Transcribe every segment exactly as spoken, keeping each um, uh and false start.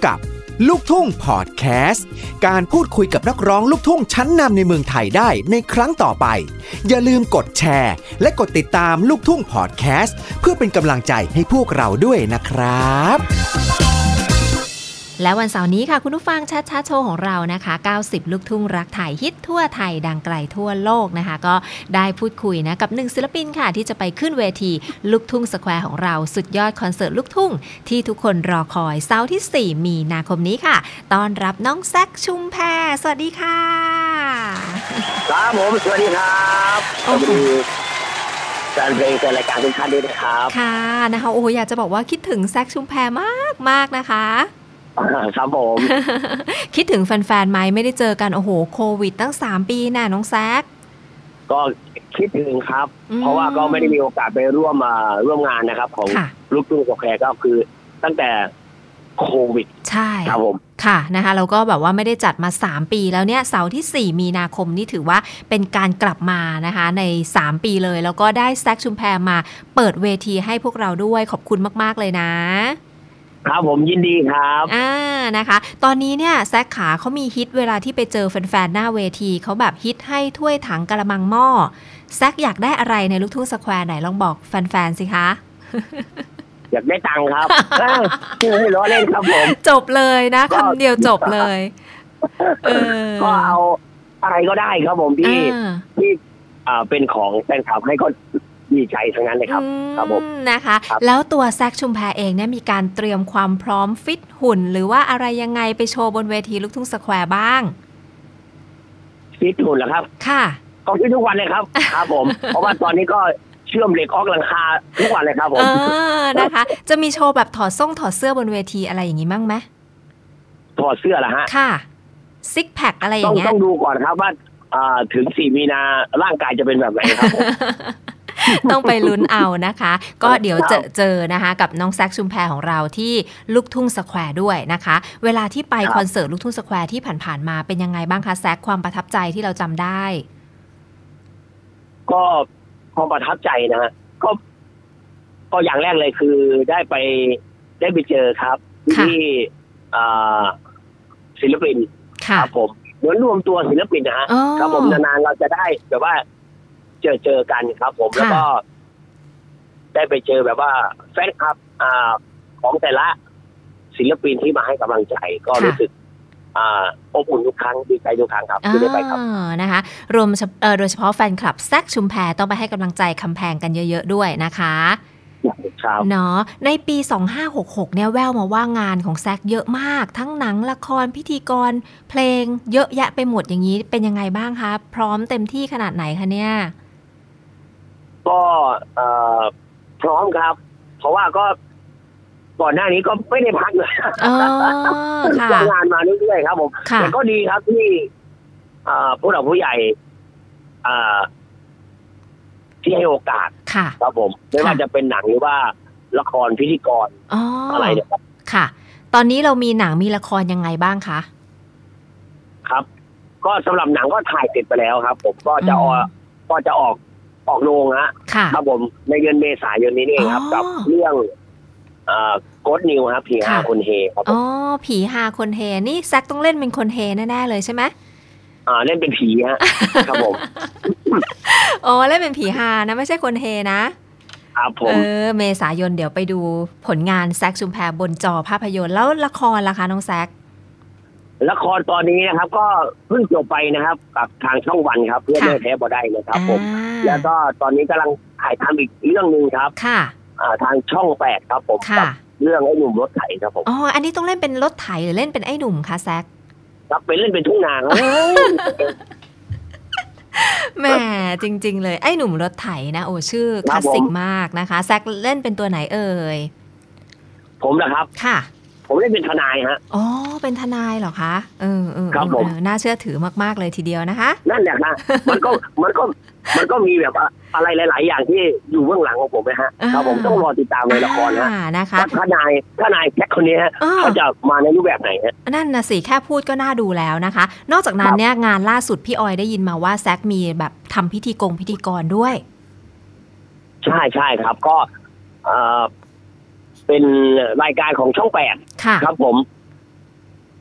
กับลูกทุ่งพอดแคสต์การพูดคุยกับนักร้องลูกทุ่งชั้นนำในเมืองไทยได้ในครั้งต่อไปอย่าลืมกดแชร์และกดติดตามลูกทุ่งพอดแคสต์เพื่อเป็นกำลังใจให้พวกเราด้วยนะครับและวันเสาร์นี้ค่ะคุณผู้ฟังชัดชัดโชว์ของเรานะคะเก้าสิบลูกทุ่งรักไทยฮิตทั่วไทยดังไกลทั่วโลกนะคะก็ได้พูดคุยนะกับหนึ่งศิลปินค่ะที่จะไปขึ้นเวทีลูกทุ่งสแควร์ของเราสุดยอดคอนเสิร์ตลูกทุ่งที่ทุกคนรอคอยเสาร์ที่สี่มีนาคมนี้ค่ะต้อนรับน้องแซคชุมแพสวัสดีค่ะครับผมสวัสดีครับสวัสดีแฟนเพลงแฟนรายการทุกท่านด้วยนะครับค่ะนะคะโอ้อยากจะบอกว่าคิดถึงแซคชุมแพมากมากนะคะครับผมคิดถึงแฟนๆไหมไม่ได้เจอกันโอ้โหโควิดตั้งสามปีน่ะน้องแซคก็คิดถึงครับเพราะว่าก็ไม่ได้มีโอกาสไปร่วมมาร่วมงานนะครับของลูกทุ่งสแควร์ก็คือตั้งแต่โควิดใช่ครับผมค่ะนะคะเราก็แบบว่าไม่ได้จัดมาสามปีแล้วเนี่ยเสาร์ที่สี่มีนาคมนี่ถือว่าเป็นการกลับมานะคะในสามปีเลยแล้วก็ได้แซคชุมแพมาเปิดเวทีให้พวกเราด้วยขอบคุณมากๆเลยนะครับผมยินดีครับอ่านะคะตอนนี้เนี่ยแซคขาเขามีฮิตเวลาที่ไปเจอแฟนๆหน้าเวทีเขาแบบฮิตให้ถ้วยถังกะละมังหม้อแซคอยากได้อะไรในลูกทุ่งสแควร์ไหนลองบอกแฟนๆสิคะอยากได้ตังค์ครับไม่ล้อเล่นครับผมจบเลยนะคำเดียวจบเลยเออก็เอาอะไรก็ได้ครับผมที่ที่อ่าเป็นของแฟนคลับให้ก็ดีใจทั้งนั้นเลยครับครับผมนะคะแล้วตัวแซคชุมแพเองเนี่ยมีการเตรียมความพร้อมฟิตหุ่นหรือว่าอะไรยังไงไปโชว์บนเวทีลูกทุ่งสแควร์บ้างฟิตหุ่นเหรอครับค่ะก็ฟิตทุกวันเลยครับครับผมเพราะว่าตอนนี้ก็เชื่อมเหล็กออกหลังคาทุกวันเลยครับผมเออนะคะจะมีโชว์แบบถอดส่งถอดเสื้อบนเวทีอะไรอย่างงี้บ้างไหมถอดเสื้อเหรอฮะค่ะซิกแพคอะไรอย่างเงี้ยต้องต้องดูก่อนครับว่าถึงสี่มีนาร่างกายจะเป็นแบบไหนครับต้องไปลุ้นเอานะคะก็เดี๋ยวเจอเจอนะคะกับน้องแซคชุมแพของเราที่ลูกทุ่งสแควร์ด้วยนะคะเวลาที่ไปคอนเสิร์ตลูกทุ่งสแควร์ที่ผ่านๆมาเป็นยังไงบ้างคะแซคความประทับใจที่เราจำได้ก็ความประทับใจนะฮะก็ก็อย่างแรกเลยคือได้ไปได้ไปเจอครับที่ศิลปินครับผมเหมือนรวมตัวศิลปินนะฮะครับผมนานๆเราจะได้แบบว่าเจอเจอกันครับผมแล้วก็ได้ไปเจอแบบว่าแฟนคลับอ่าของแต่ละศิลปินที่มาให้กำลังใจก็รู้สึกอ่าอบอุ่นทุกครั้งดีใจทุกครั้งครับที่ได้ไปครับนะคะรวมโดยเฉพาะแฟนคลับแซคชุมแพต้องไปให้กำลังใจคำแพงกันเยอะๆด้วยนะคะเนาะในปีสองพันห้าร้อยหกสิบหกเนี่ยแววมาว่างานของแซคเยอะมากทั้งหนังละครพิธีกรเพลงเยอะแยะไปหมดอย่างนี้เป็นยังไงบ้างคะพร้อมเต็มที่ขนาดไหนคะเนี่ยก็พร้อมครับเพราะว่าก็ก่อนหน้านี้ก็ไม่ได้พักเลยทำงานมาเรื่อยๆครับผมแต่ก็ดีครับที่ผู้หลักผู้ใหญ่ที่ให้โอกาสครับผมไม่ว่าจะเป็นหนังหรือว่าละครพิธีกรอะไรเนี่ยครับค่ะตอนนี้เรามีหนังมีละครยังไงบ้างคะครับก็สำหรับหนังก็ถ่ายเสร็จไปแล้วครับผมก็จะออกก็จะออกออกโรงฮะครับผมในเดือนเมษายนนี้เองครับกับเรื่องโกดนิวครับผีฮาคนเฮครับอ๋อผีฮาคนเฮนี่แซคต้องเล่นเป็นคนเฮแน่ๆเลยใช่ไหมอ่าเล่นเป็นผีฮะครับผมอ๋อเล่นเป็นผีฮานะไม่ใช่คนเฮนะครับผมเออเมษายนเดี๋ยวไปดูผลงานแซคชุมแพบนจอภาพยนตร์แล้วละครล่ะคะน้องแซคละครตอนนี้นะครับก็เพิ่งจบไปนะครับกับทางช่องวันครับเพื่อไม่แพ้บ่ได้นะครับผมแล้วก็ตอนนี้กำลังถ่ายทำอีกเรื่องนึงครับค่ะทางช่องแปดครับผมกับเรื่องไอ้หนุ่มรถไถครับผมอ๋ออันนี้ต้องเล่นเป็นรถไถหรือเล่นเป็นไอ้หนุ่มคะแซคครับเป็นเล่นเป็นทุ่งนาแหมจริงๆเลยไอ้หนุ่มรถไถนะโอ้ชื่อคลาสสิกมากนะคะแซคเล่นเป็นตัวไหนเอ่ยผมนะครับค่ะผมเล่นเป็นทนายฮะอ๋อเป็นทนายเหรอคะเออเออครับผมน่าเชื่อถือมากๆเลยทีเดียวนะคะนั่นแหละนะมันก็มันก็มันก็มีแบบอะไรหลายๆอย่างที่อยู่เบื้องหลังของผมนะฮะครับผมต้องรอติดตามในละครนะนะคะทนายทนายแจ็คคนนี้ฮะเขาจะมาในรูปแบบไหนฮะนั่นนะสิแค่พูดก็น่าดูแล้วนะคะนอกจากนั้นเนี่ยงานล่าสุดพี่ออยได้ยินมาว่าแซคมีแบบทำพิธีกงพิธีกรด้วยใช่ใช่ครับก็เออเป็นรายการของช่องแปดครับผม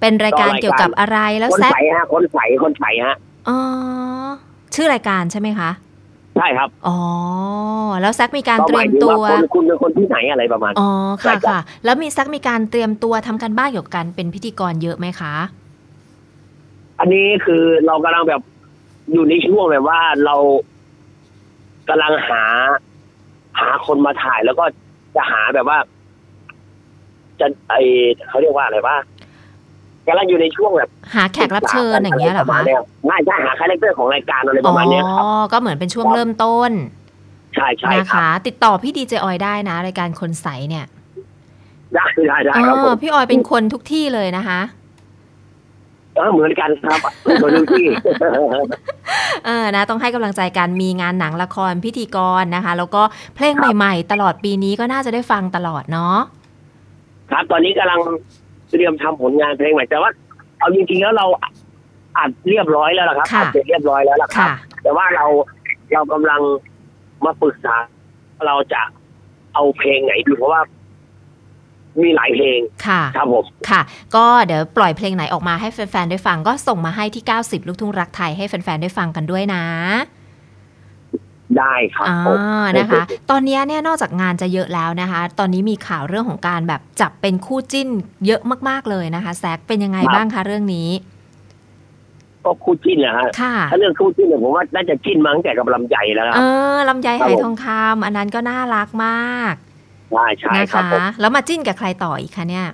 เป็นรายการเกี่ยวกับอะไรแล้วแซคคนใสฮะคนใสคนใสฮะอ๋อชื่อรายการใช่ไหมคะใช่ครับอ๋อแล้วแซคมีการเตรียมตัวคุณเป็นคนที่ไหนอะไรประมาณอ๋อค่ะค่ะแล้วมีแซคมีการเตรียมตัวทำกันบ้านเกี่ยวกับเป็นพิธีกรเยอะไหมคะอันนี้คือเรากำลังแบบอยู่ในช่วงแบบว่าเรากำลังหาหาคนมาถ่ายแล้วก็จะหาแบบว่าจะไอเขาเรียกว่าอะไรว่ากำลังอยู่ในช่วงแบบหาแขกรับเชิญอย่างเงี้ยเหรอคะง่ายใช่หาคาแรคเตอร์ของรายการอะไรประมาณนี้ครับอ๋อก็เหมือนเป็นช่วงเริ่มต้นใช่ใช่นะคะติดต่อพี่ดีเจออยได้นะรายการคนใสเนี่ยได้ได้ได้ครับผมพี่ออยเป็นคนทุกที่เลยนะคะเออเหมือนกันครับคนทุกที่เออนะต้องให้กำลังใจกันมีงานหนังละครพิธีกรนะคะแล้วก็เพลงใหม่ๆตลอดปีนี้ก็น่าจะได้ฟังตลอดเนาะครับตอนนี้กำลังเตรียมทำผลงานเพลงใหม่แต่ว่าเอาจริงๆแล้วเราอัดเรียบร้อยแล้วล่ะครับอัดเสร็จเรียบร้อยแล้วล่ะครับแต่ว่าเราเรากำลังมาปรึกษาเราจะเอาเพลงไหนดีเพราะว่ามีหลายเพลงค่ะครับผมค่ะก็เดี๋ยวปล่อยเพลงไหนออกมาให้แฟนๆได้ฟังก็ส่งมาให้ที่เก้าสิบลูกทุ่งรักไทยให้แฟนๆได้ฟังกันด้วยนะได้ครับอ๋อนะคะตอนนี้เนี่ยนอกจากงานจะเยอะแล้วนะคะตอนนี้มีข่าวเรื่องของการแบบจับเป็นคู่จิ้นเยอะมากๆเลยนะคะแซคเป็นยังไงบ้างคะเรื่องนี้ก็คู่จิ้นนะฮะถ้าเรื่องคู่จิ้นเนี่ยผมว่าน่าจะจิ้นมาตั้งแต่กับลำไยแล้วครับเออลำไยไหทองคำอันนั้นก็น่ารักมากใช่ใช่ครับผมแล้วมาจิ้นกับใครต่ออีกคะเนี่ย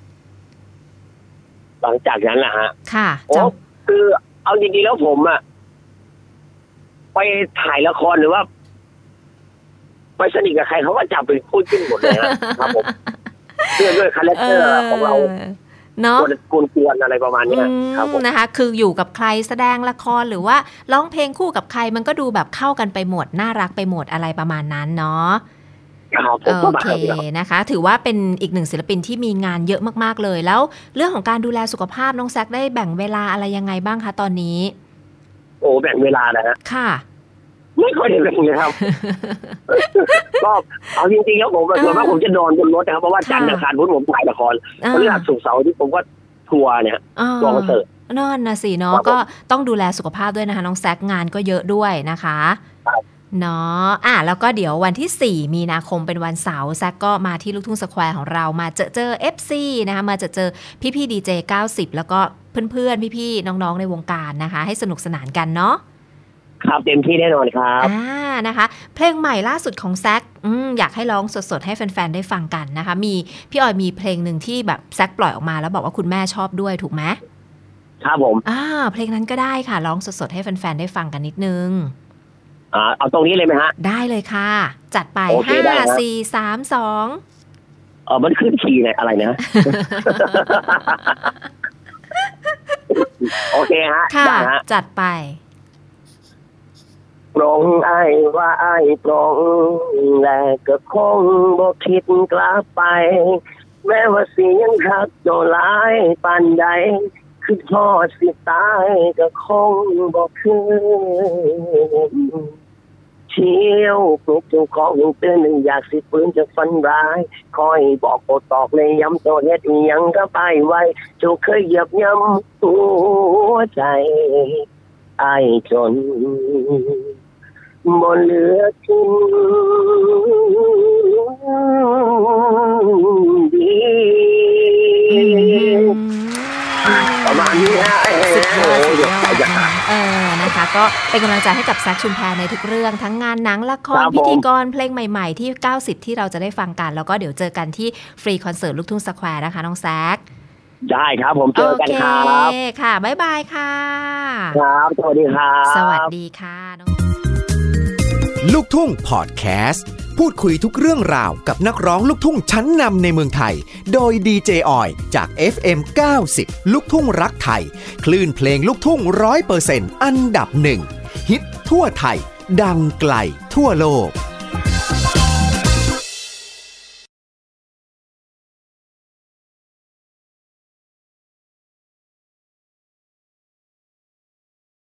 หลังจากนั้นแหละฮะค่ะคือเอาจริงๆแล้วผมอะไปถ่ายละครหรือว่าไปสนิทกับใครเขาก็จับเป็นคู่จิ้นหมดเลยครับผมเพื่อด้วยคาแรคเตอร์ของเราเนาะกวนๆอะไรประมาณนี้ครับผมนะคะคืออยู่กับใครแสดงละครหรือว่าร้องเพลงคู่กับใครมันก็ดูแบบเข้ากันไปหมดน่ารักไปหมดอะไรประมาณนั้นเนาะโอเคนะคะถือว่าเป็นอีกหนึ่งศิลปินที่มีงานเยอะมากๆเลยแล้วเรื่องของการดูแลสุขภาพน้องแซคได้แบ่งเวลาอะไรยังไงบ้างคะตอนนี้โอ้แบ่งเวลานะฮะค่ะไม่ค่อยได้แบ่งเลยครับก็เอาจริงๆแล้วผมส่วนมากผมจะนอนบนรถนะครับเพราะว่าจันทร์อังคารพุธผมถ่ายละครพฤหัสศุกร์เสาร์ที่ผมก็ทัวร์เนี่ยทัวร์คอนเสิร์ตนั่นนะสิเนาะก็ต้องดูแลสุขภาพด้วยนะคะน้องแซคงานก็เยอะด้วยนะคะเนาะอ่ะแล้วก็เดี๋ยววันที่สี่มีนาคมเป็นวันเสาร์แซคก็มาที่ลูกทุ่งสแควร์ของเรามาเจอเจอ เอฟ ซี นะคะมาเจอเจอพี่ๆดีเจเก้าสิบแล้วก็เพื่อนๆพี่ๆน้องๆในวงการนะคะให้สนุกสนานกันเนาะครับเต็มที่แน่นอนครับอ่านะคะเพลงใหม่ล่าสุดของแซคอืมอยากให้ร้องสดๆให้แฟนๆได้ฟังกันนะคะมีพี่ออยมีเพลงหนึ่งที่แบบแซคปล่อยออกมาแล้วบอกว่าคุณแม่ชอบด้วยถูกไหมครับผมอ่าเพลงนั้นก็ได้ค่ะร้องสดๆให้แฟนๆได้ฟังกันนิดนึงอ่าเอาตรงนี้เลยไหมฮะได้เลยค่ะจัดไปห้าสี่สามสองเออมันขึ้นคีย์อะไรนะโอเคฮะค่ะจัดไปปรงไอ้ว่าไอ้ปรงและก็คงบ่คิดกลับไปแม้ว่าสิยังหักโจหลายปานใดคือทอดสิตายก็คงบ่คืนเชี่ยวปลุกเจ้าของเตือนหนึ่งอยากสิปืนจะฟันร้ายคอยบอกโอตอกเลยย้ำโตเฮ็ดอีหยังก็ไปไว้เจ้าเคยเหยียบย่ำหัวใจไอ้จนบ่เหลือกินดีประมาณนี้ฮะสุดยอดสุดยอดเออนะคะก็เป็นกำลังใจให้กับแซคชุมแพรในทุกเรื่องทั้งงานหนังละครพิธีกรเพลงใหม่ๆที่เก้าสิบที่เราจะได้ฟังกันแล้วก็เดี๋ยวเจอกันที่ฟรีคอนเสิร์ตลูกทุ่งสแควร์นะคะน้องแซคได้ครับผมเจอกันครับโอเคค่ะบ๊ายบายค่ะครับสวัสดีครับสวัสดีค่ะลูกทุ่งพอดแคสต์พูดคุยทุกเรื่องราวกับนักร้องลูกทุ่งชั้นนำในเมืองไทยโดยดีเจออยจาก เอฟ เอ็ม เก้าสิบ ลูกทุ่งรักไทยคลื่นเพลงลูกทุ่ง ร้อยเปอร์เซ็นต์ อันดับหนึ่งฮิตทั่วไทยดังไกลทั่วโลก